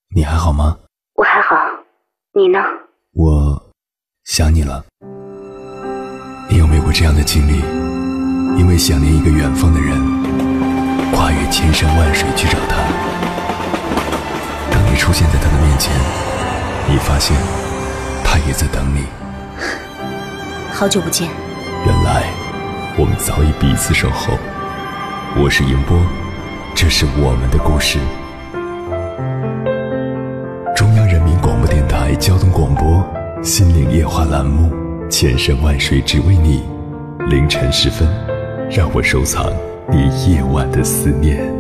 你还好吗？ 我还好，你呢？ 我想你了。你有没有过这样的经历？因为想念一个远方的人，跨越千山万水去找他。当你出现在他的面前，你发现他也在等你。 好久不见。 原来我们早已彼此守候。我是迎波，这是我们的故事。中央人民广播电台交通广播心灵夜话栏目，千山万水只为你，凌晨时分，让我收藏你夜晚的思念。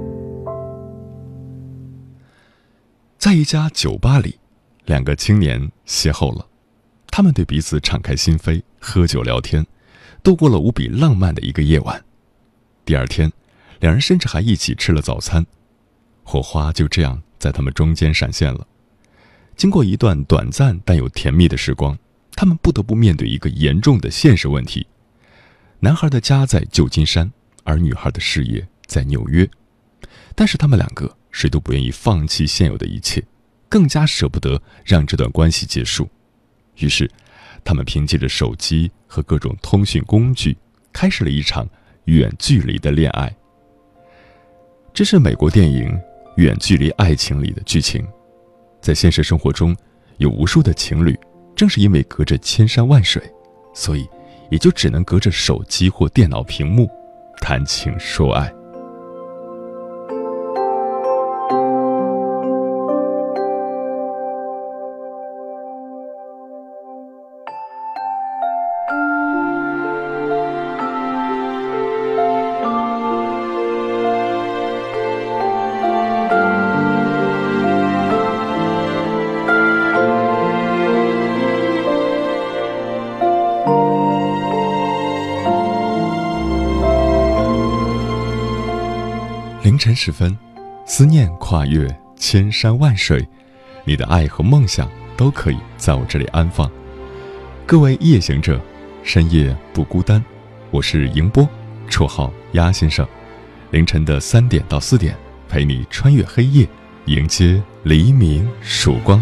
在一家酒吧里，两个青年邂逅了，他们对彼此敞开心扉，喝酒聊天，度过了无比浪漫的一个夜晚。第二天，两人甚至还一起吃了早餐，火花就这样在他们中间闪现了。经过一段短暂但又甜蜜的时光，他们不得不面对一个严重的现实问题：男孩的家在旧金山，而女孩的事业在纽约。但是他们两个谁都不愿意放弃现有的一切，更加舍不得让这段关系结束。于是他们凭借着手机和各种通讯工具，开始了一场远距离的恋爱。这是美国电影《远距离爱情》里的剧情。在现实生活中，有无数的情侣正是因为隔着千山万水，所以也就只能隔着手机或电脑屏幕谈情说爱。凌晨时分，思念跨越千山万水，你的爱和梦想都可以在我这里安放。各位夜行者，深夜不孤单，我是迎波，绰号鸭先生。凌晨的3点到4点，陪你穿越黑夜，迎接黎明曙光。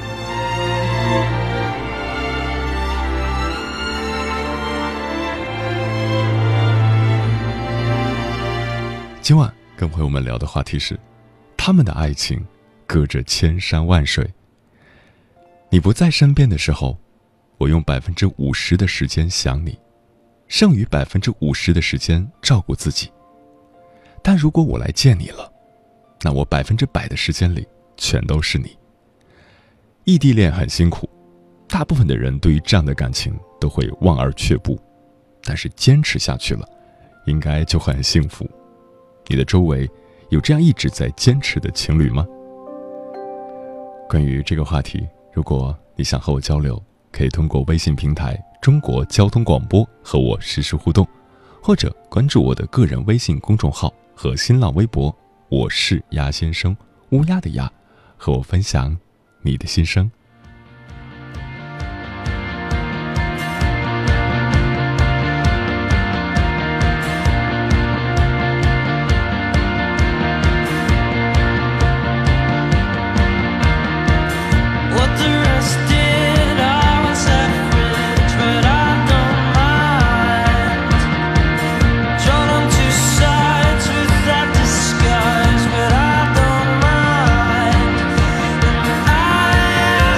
今晚跟朋友们聊的话题是，他们的爱情隔着千山万水。你不在身边的时候，我用50%的时间想你，剩余50%的时间照顾自己。但如果我来见你了，那我100%的时间里全都是你。异地恋很辛苦，大部分的人对于这样的感情都会望而却步，但是坚持下去了，应该就很幸福。你的周围有这样一直在坚持的情侣吗？关于这个话题，如果你想和我交流，可以通过微信平台中国交通广播和我实时互动，或者关注我的个人微信公众号和新浪微博，我是鸭先生，乌鸦的鸭，和我分享你的心声。 Disguise, but I don't mind.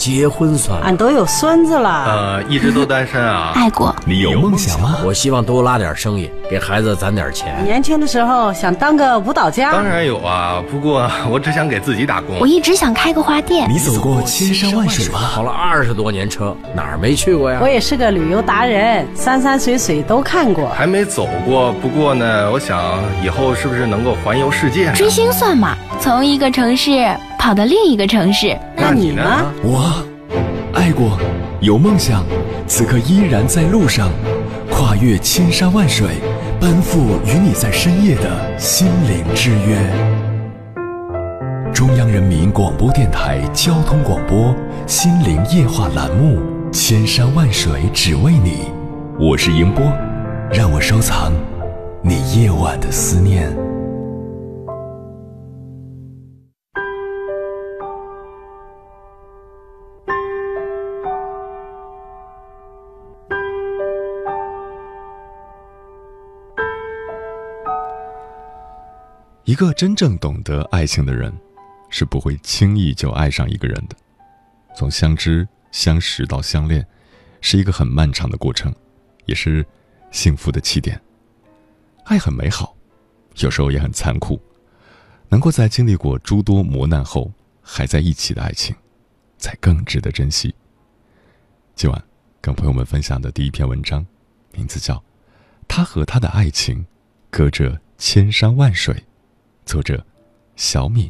结婚算吗？ 俺都有孙子了。 一直都单身啊。 爱过，你有梦想吗？ 我希望多拉点生意，给孩子攒点钱。 年轻的时候想当个舞蹈家。 当然有啊，不过我只想给自己打工。 我一直想开个花店。 你走过千山万水吗？ 跑了20多年车，哪儿没去过呀？ 我也是个旅游达人，山山水水都看过。 还没走过，不过呢，我想以后是不是能够环游世界呢？ 追星算吗？从一个城市跑到另一个城市。 那你呢？ 我爱过，有梦想，此刻依然在路上，跨越千山万水，奔赴与你在深夜的心灵之约。中央人民广播电台交通广播心灵夜话栏目，千山万水只为你，我是迎波，让我收藏你夜晚的思念。 一个真正懂得爱情的人，是不会轻易就爱上一个人的。从相知、相识到相恋，是一个很漫长的过程，也是幸福的起点。爱很美好，有时候也很残酷。能够在经历过诸多磨难后还在一起的爱情，才更值得珍惜。今晚跟朋友们分享的第一篇文章，名字叫《他和他的爱情隔着千山万水》，作者小敏。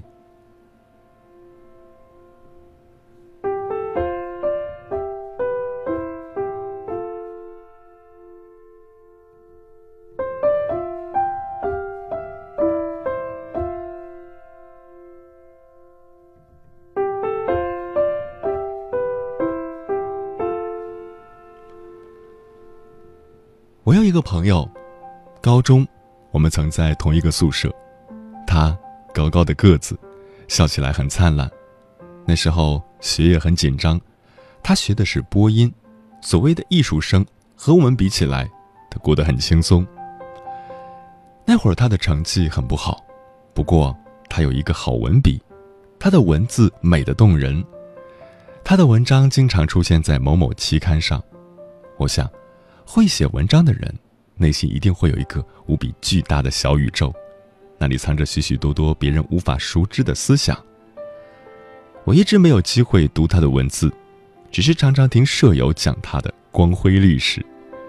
我有一个朋友，高中我们曾在同一个宿舍，他高高的个子，笑起来很灿烂。那时候学业很紧张，他学的是播音，所谓的艺术生，和我们比起来，他过得很轻松。那会儿他的成绩很不好，不过他有一个好文笔，他的文字美得动人，他的文章经常出现在某某期刊上。我想会写文章的人内心一定会有一个无比巨大的小宇宙，那里藏着许许多多别人无法熟知的思想。我一直没有机会读他的文字，只是常常听舍友讲他的光辉历史。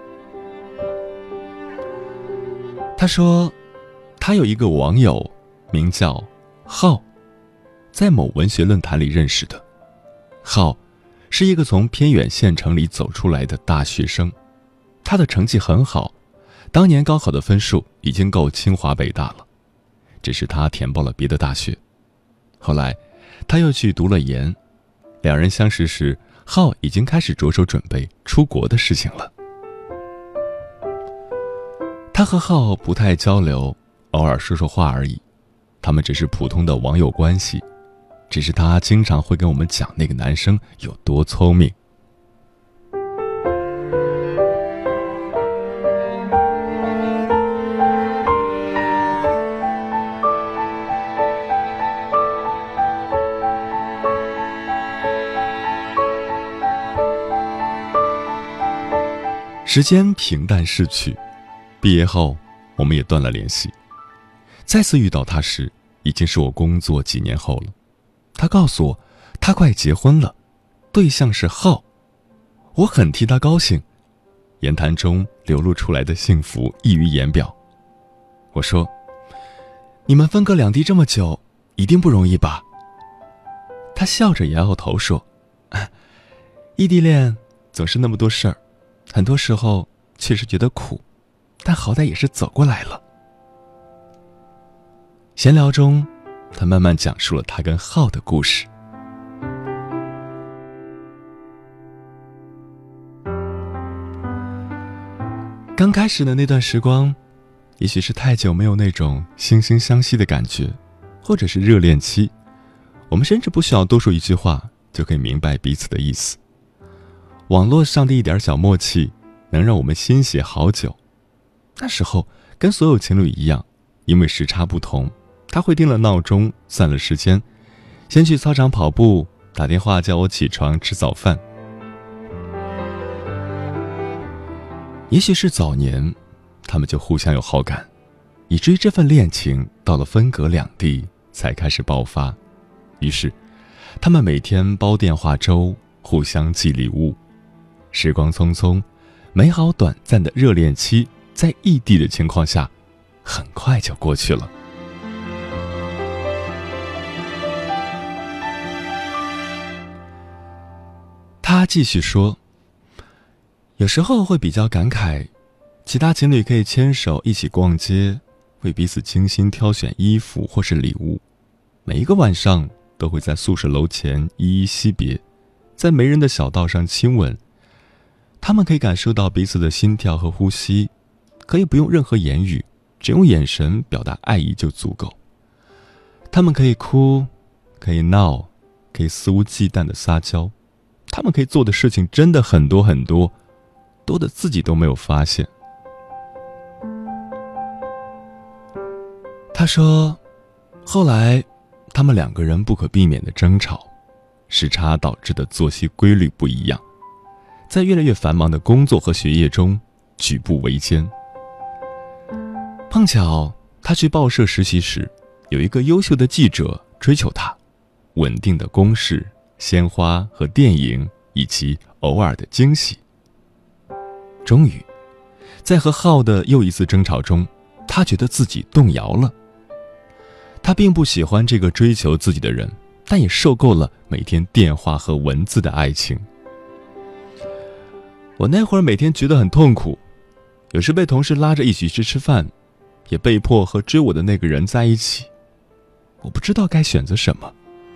他说他有一个网友名叫浩，在某文学论坛里认识的。浩是一个从偏远县城里走出来的大学生，他的成绩很好，当年高考的分数已经够清华北大了，只是他填报了别的大学。后来他又去读了研，两人相识时，浩已经开始着手准备出国的事情了。他和浩不太交流，偶尔说说话而已，他们只是普通的网友关系，只是他经常会跟我们讲那个男生有多聪明。时间平淡逝去，毕业后我们也断了联系。再次遇到他时，已经是我工作几年后了。他告诉我他快结婚了，对象是浩。我很替他高兴，言谈中流露出来的幸福溢于言表。我说，你们分隔两地这么久，一定不容易吧？他笑着摇摇头说，异地恋总是那么多事儿，很多时候确实觉得苦，但好歹也是走过来了。闲聊中，他慢慢讲述了他跟浩的故事。刚开始的那段时光，也许是太久没有那种惺惺相惜的感觉，或者是热恋期，我们甚至不需要多说一句话就可以明白彼此的意思。网络上的一点小默契能让我们欣喜好久。那时候跟所有情侣一样，因为时差不同，他会定了闹钟，算了时间，先去操场跑步， 打电话叫我起床吃早饭。也许是早年，他们就互相有好感，以至于这份恋情到了分隔两地才开始爆发。于是，他们每天煲电话粥，互相寄礼物。时光匆匆，美好短暂的热恋期，在异地的情况下，很快就过去了。他继续说，有时候会比较感慨，其他情侣可以牵手一起逛街，为彼此精心挑选衣服或是礼物，每一个晚上都会在宿舍楼前依依惜别，在没人的小道上亲吻。他们可以感受到彼此的心跳和呼吸，可以不用任何言语，只用眼神表达爱意就足够。他们可以哭，可以闹，可以肆无忌惮地撒娇。他们可以做的事情真的很多很多，多的自己都没有发现。他说，后来他们两个人不可避免的争吵，时差导致的作息规律不一样，在越来越繁忙的工作和学业中举步维艰。碰巧他去报社实习时，有一个优秀的记者追求他，稳定的公事、鲜花和电影，以及偶尔的惊喜。终于，在和浩的又一次争吵中，他觉得自己动摇了。他并不喜欢这个追求自己的人，但也受够了每天电话和文字的爱情。我那会儿每天觉得很痛苦，有时被同事拉着一起去吃饭，也被迫和追我的那个人在一起。我不知道该选择什么。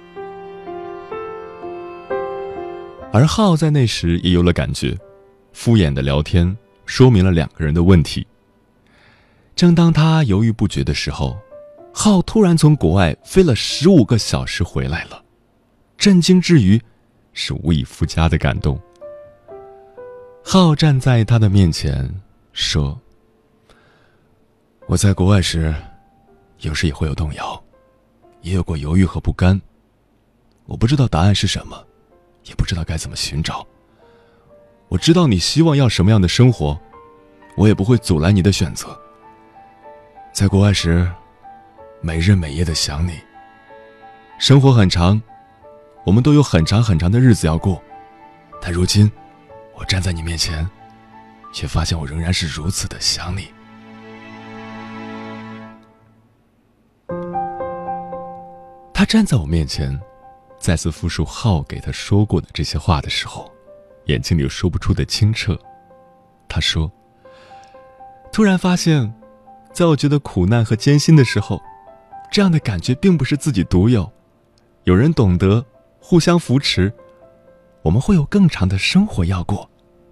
而浩在那时也有了感觉，敷衍的聊天说明了两个人的问题。正当他犹豫不决的时候，浩突然从国外飞了15个小时回来了，震惊之余是无以复加的感动。浩站在他的面前说，我在国外时有时也会有动摇，也有过犹豫和不甘，我不知道答案是什么，也不知道该怎么寻找。我知道你希望要什么样的生活，我也不会阻拦你的选择。在国外时，每日每夜的想你。生活很长，我们都有很长很长的日子要过，但如今我站在你面前，却发现我仍然是如此的想你。他站在我面前，再次复述浩给他说过的这些话的时候，眼睛里有说不出的清澈。他说，突然发现，在我觉得苦难和艰辛的时候，这样的感觉并不是自己独有，有人懂得，互相扶持，我们会有更长的生活要过。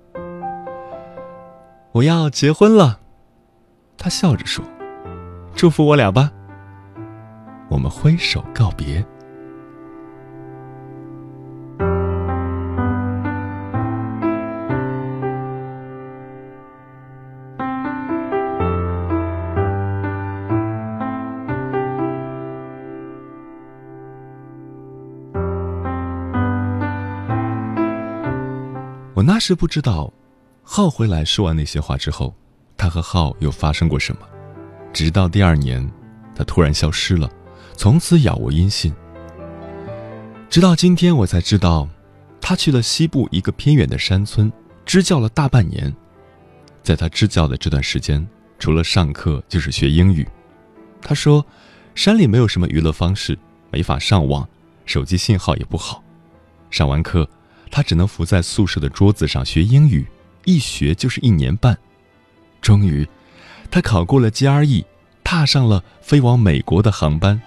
我要结婚了，他笑着说，祝福我俩吧。我们挥手告别。我那时不知道，浩回来说完那些话之后，他和浩又发生过什么。直到第2年，他突然消失了，从此杳无音信。直到今天我才知道，他去了西部一个偏远的山村，支教了大半年。在他支教的这段时间，除了上课就是学英语。他说，山里没有什么娱乐方式，没法上网，手机信号也不好。上完课，他只能伏在宿舍的桌子上学英语，一学就是1年半。终于，他考过了 GRE， 踏上了飞往美国的航班。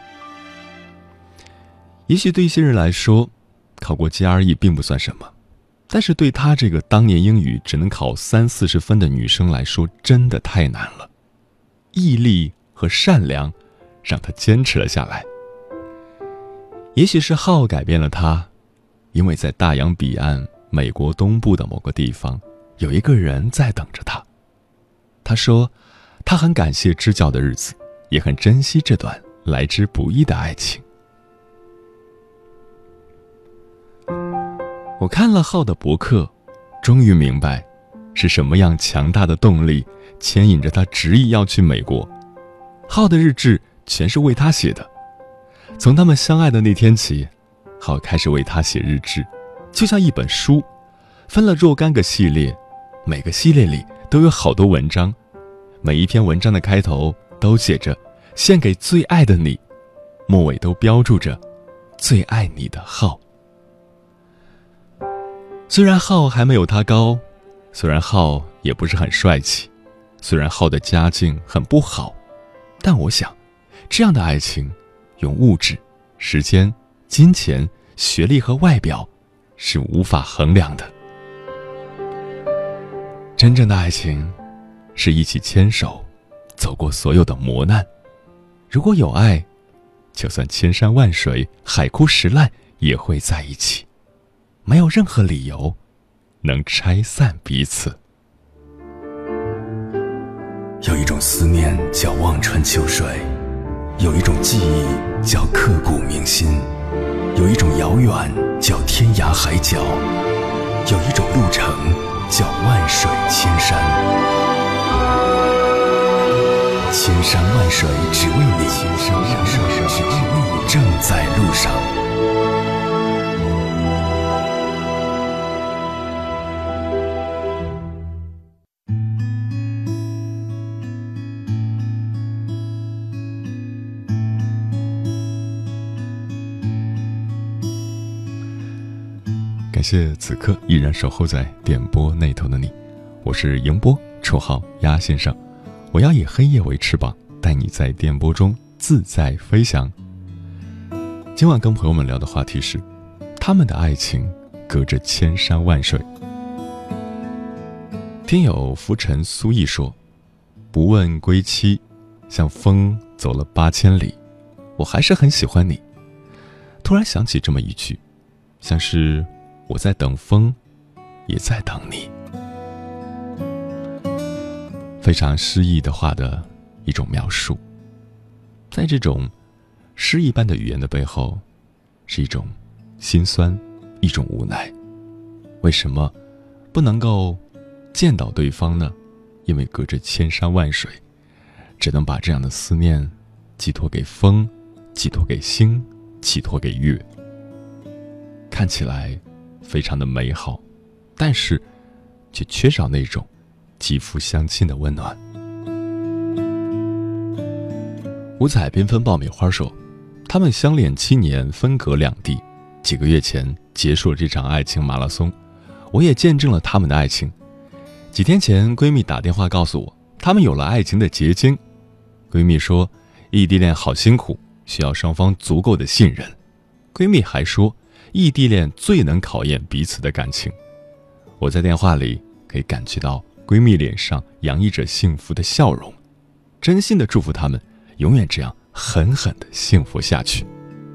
也许对一些人来说，考过 GRE 并不算什么，但是对他这个当年英语只能考30-40分的女生来说，真的太难了。毅力和善良让他坚持了下来。也许是浩改变了他，因为在大洋彼岸美国东部的某个地方，有一个人在等着他。他说，他很感谢支教的日子，也很珍惜这段来之不易的爱情。 我看了浩的博客，终于明白是什么样强大的动力牵引着他执意要去美国。浩的日志全是为他写的，从他们相爱的那天起，浩开始为他写日志，就像一本书，分了若干个系列，每个系列里都有好多文章，每一篇文章的开头都写着献给最爱的你，末尾都标注着最爱你的浩。虽然浩还没有他高，虽然浩也不是很帅气，虽然浩的家境很不好，但我想这样的爱情用物质、时间、金钱、学历和外表是无法衡量的。真正的爱情是一起牵手走过所有的磨难，如果有爱，就算千山万水、海枯石烂也会在一起，没有任何理由能拆散彼此。 有一种思念叫望穿秋水，有一种记忆叫刻骨铭心，有一种遥远叫天涯海角，有一种路程叫万水千山。千山万水只为你，千山万水只为你，正在路上。 感谢此刻依然守候在电波那头的你，我是迎波，绰号鸭先生。我要以黑夜为翅膀，带你在电波中自在飞翔。今晚跟朋友们聊的话题是，他们的爱情隔着千山万水。听友浮尘苏毅说，不问归期，像风走了8000里，我还是很喜欢你。突然想起这么一句，像是我在等风，也在等你。非常诗意的话的一种描述，在这种诗一般的语言的背后，是一种心酸，一种无奈。为什么不能够见到对方呢？因为隔着千山万水，只能把这样的思念寄托给风，寄托给星，寄托给月。看起来非常的美好，但是却缺少那种肌肤相亲的温暖。五彩缤纷爆米花说，他们相恋7年，分隔两地，几个月前结束了这场爱情马拉松，我也见证了他们的爱情。几天前，闺蜜打电话告诉我，他们有了爱情的结晶。闺蜜说，异地恋好辛苦，需要双方足够的信任。闺蜜还说，异地恋最能考验彼此的感情。我在电话里可以感觉到闺蜜脸上洋溢着幸福的笑容，真心的祝福他们永远这样狠狠的幸福下去。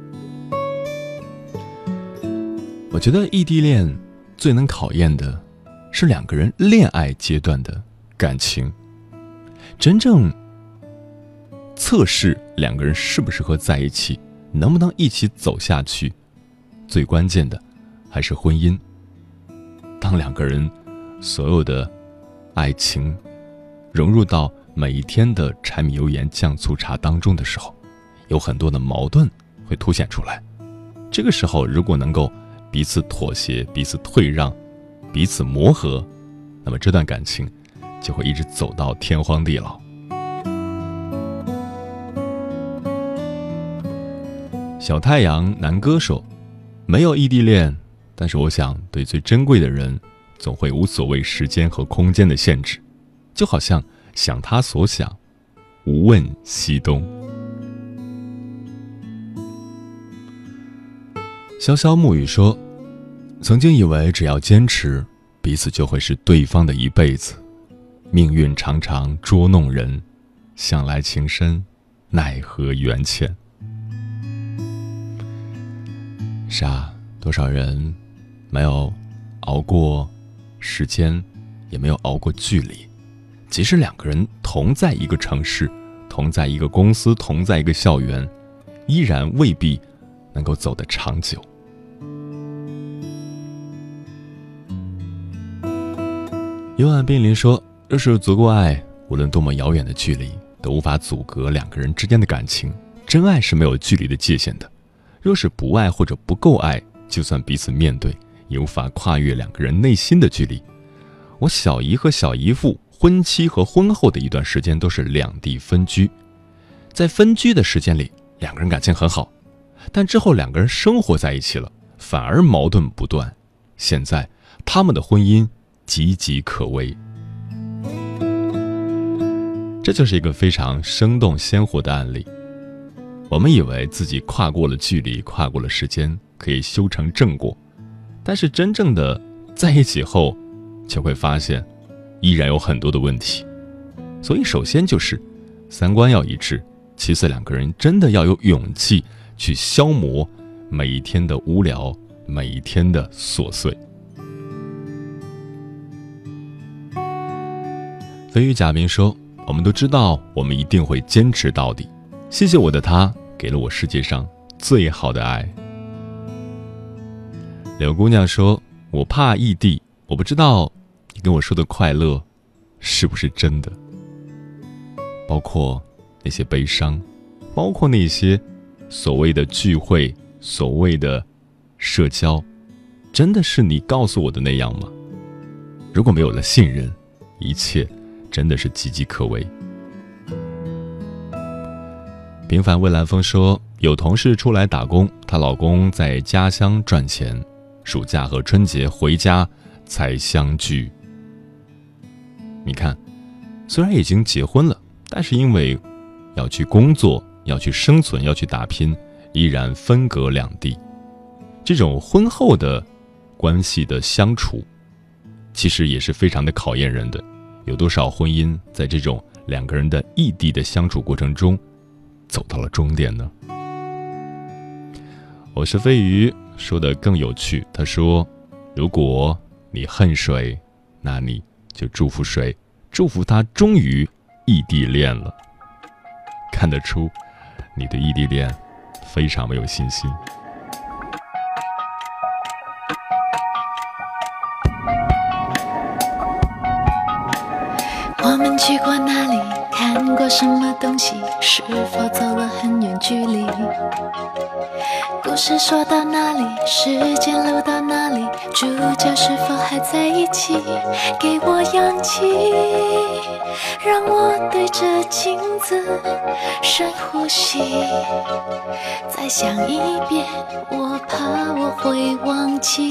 我觉得异地恋最能考验的是两个人恋爱阶段的感情，真正测试两个人适不适合在一起，能不能一起走下去，最关键的还是婚姻。当两个人所有的爱情融入到每一天的柴米油盐酱醋茶当中的时候，有很多的矛盾会凸显出来。这个时候如果能够彼此妥协，彼此退让，彼此磨合，那么这段感情就会一直走到天荒地老。小太阳南哥说，没有异地恋，但是我想对最珍贵的人总会无所谓时间和空间的限制，就好像想他所想，无问西东。潇潇暮雨说，曾经以为只要坚持，彼此就会是对方的一辈子，命运常常捉弄人，想来情深，奈何缘浅。是啊，多少人没有熬过时间，也没有熬过距离，即使两个人同在一个城市，同在一个公司，同在一个校园，依然未必能够走得长久。 幽暗濒临说，若是足够爱，无论多么遥远的距离都无法阻隔两个人之间的感情。真爱是没有距离的界限的，若是不爱或者不够爱，就算彼此面对，也无法跨越两个人内心的距离。我小姨和小姨父婚期和婚后的一段时间都是两地分居，在分居的时间里，两个人感情很好，但之后两个人生活在一起了，反而矛盾不断。现在他们的婚姻岌岌可危。这就是一个非常生动鲜活的案例。我们以为自己跨过了距离，跨过了时间，可以修成正果，但是真正的在一起后，却会发现依然有很多的问题。所以首先就是三观要一致，其次两个人真的要有勇气去消磨每一天的无聊，每一天的琐碎。飞鱼贾明说，我们都知道我们一定会坚持到底，谢谢我的他给了我世界上最好的爱。柳姑娘说，我怕异地，我不知道你跟我说的快乐是不是真的，包括那些悲伤，包括那些所谓的聚会，所谓的社交，真的是你告诉我的那样吗？如果没有了信任，一切真的是岌岌可危。平凡蔚蓝风说，有同事出来打工，她老公在家乡赚钱，暑假和春节回家才相聚。你看，虽然已经结婚了，但是因为要去工作，要去生存，要去打拼，依然分隔两地。这种婚后的关系的相处，其实也是非常的考验人的。有多少婚姻在这种两个人的异地的相处过程中走到了终点呢？我是飞鱼说的更有趣，他说，如果你恨谁，那你就祝福谁，祝福他终于异地恋了。看得出你对异地恋非常没有信心。 我们去过哪里，看过什么东西，是否走了很远距离，故事说到哪里，时间流到哪里，主角是否还在一起，给我氧气，让我对着镜子深呼吸，再想一遍，我怕我会忘记。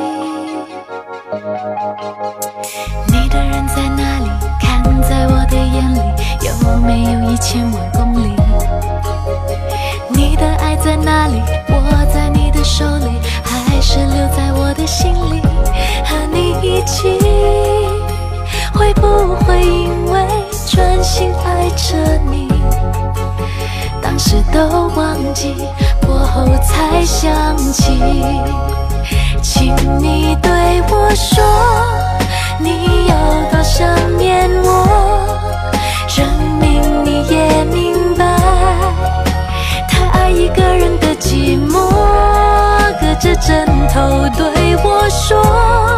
你的人在哪里，看在我的眼里，有没有1000万公里，你的爱在哪里，握在你的手里，还是留在我的心里，和你一起，会不会因为专心爱着你，当时都忘记，过后才想起，请你对我说，你有多想念我，证明你也明白，太爱一个人的寂寞，隔着枕头对我说，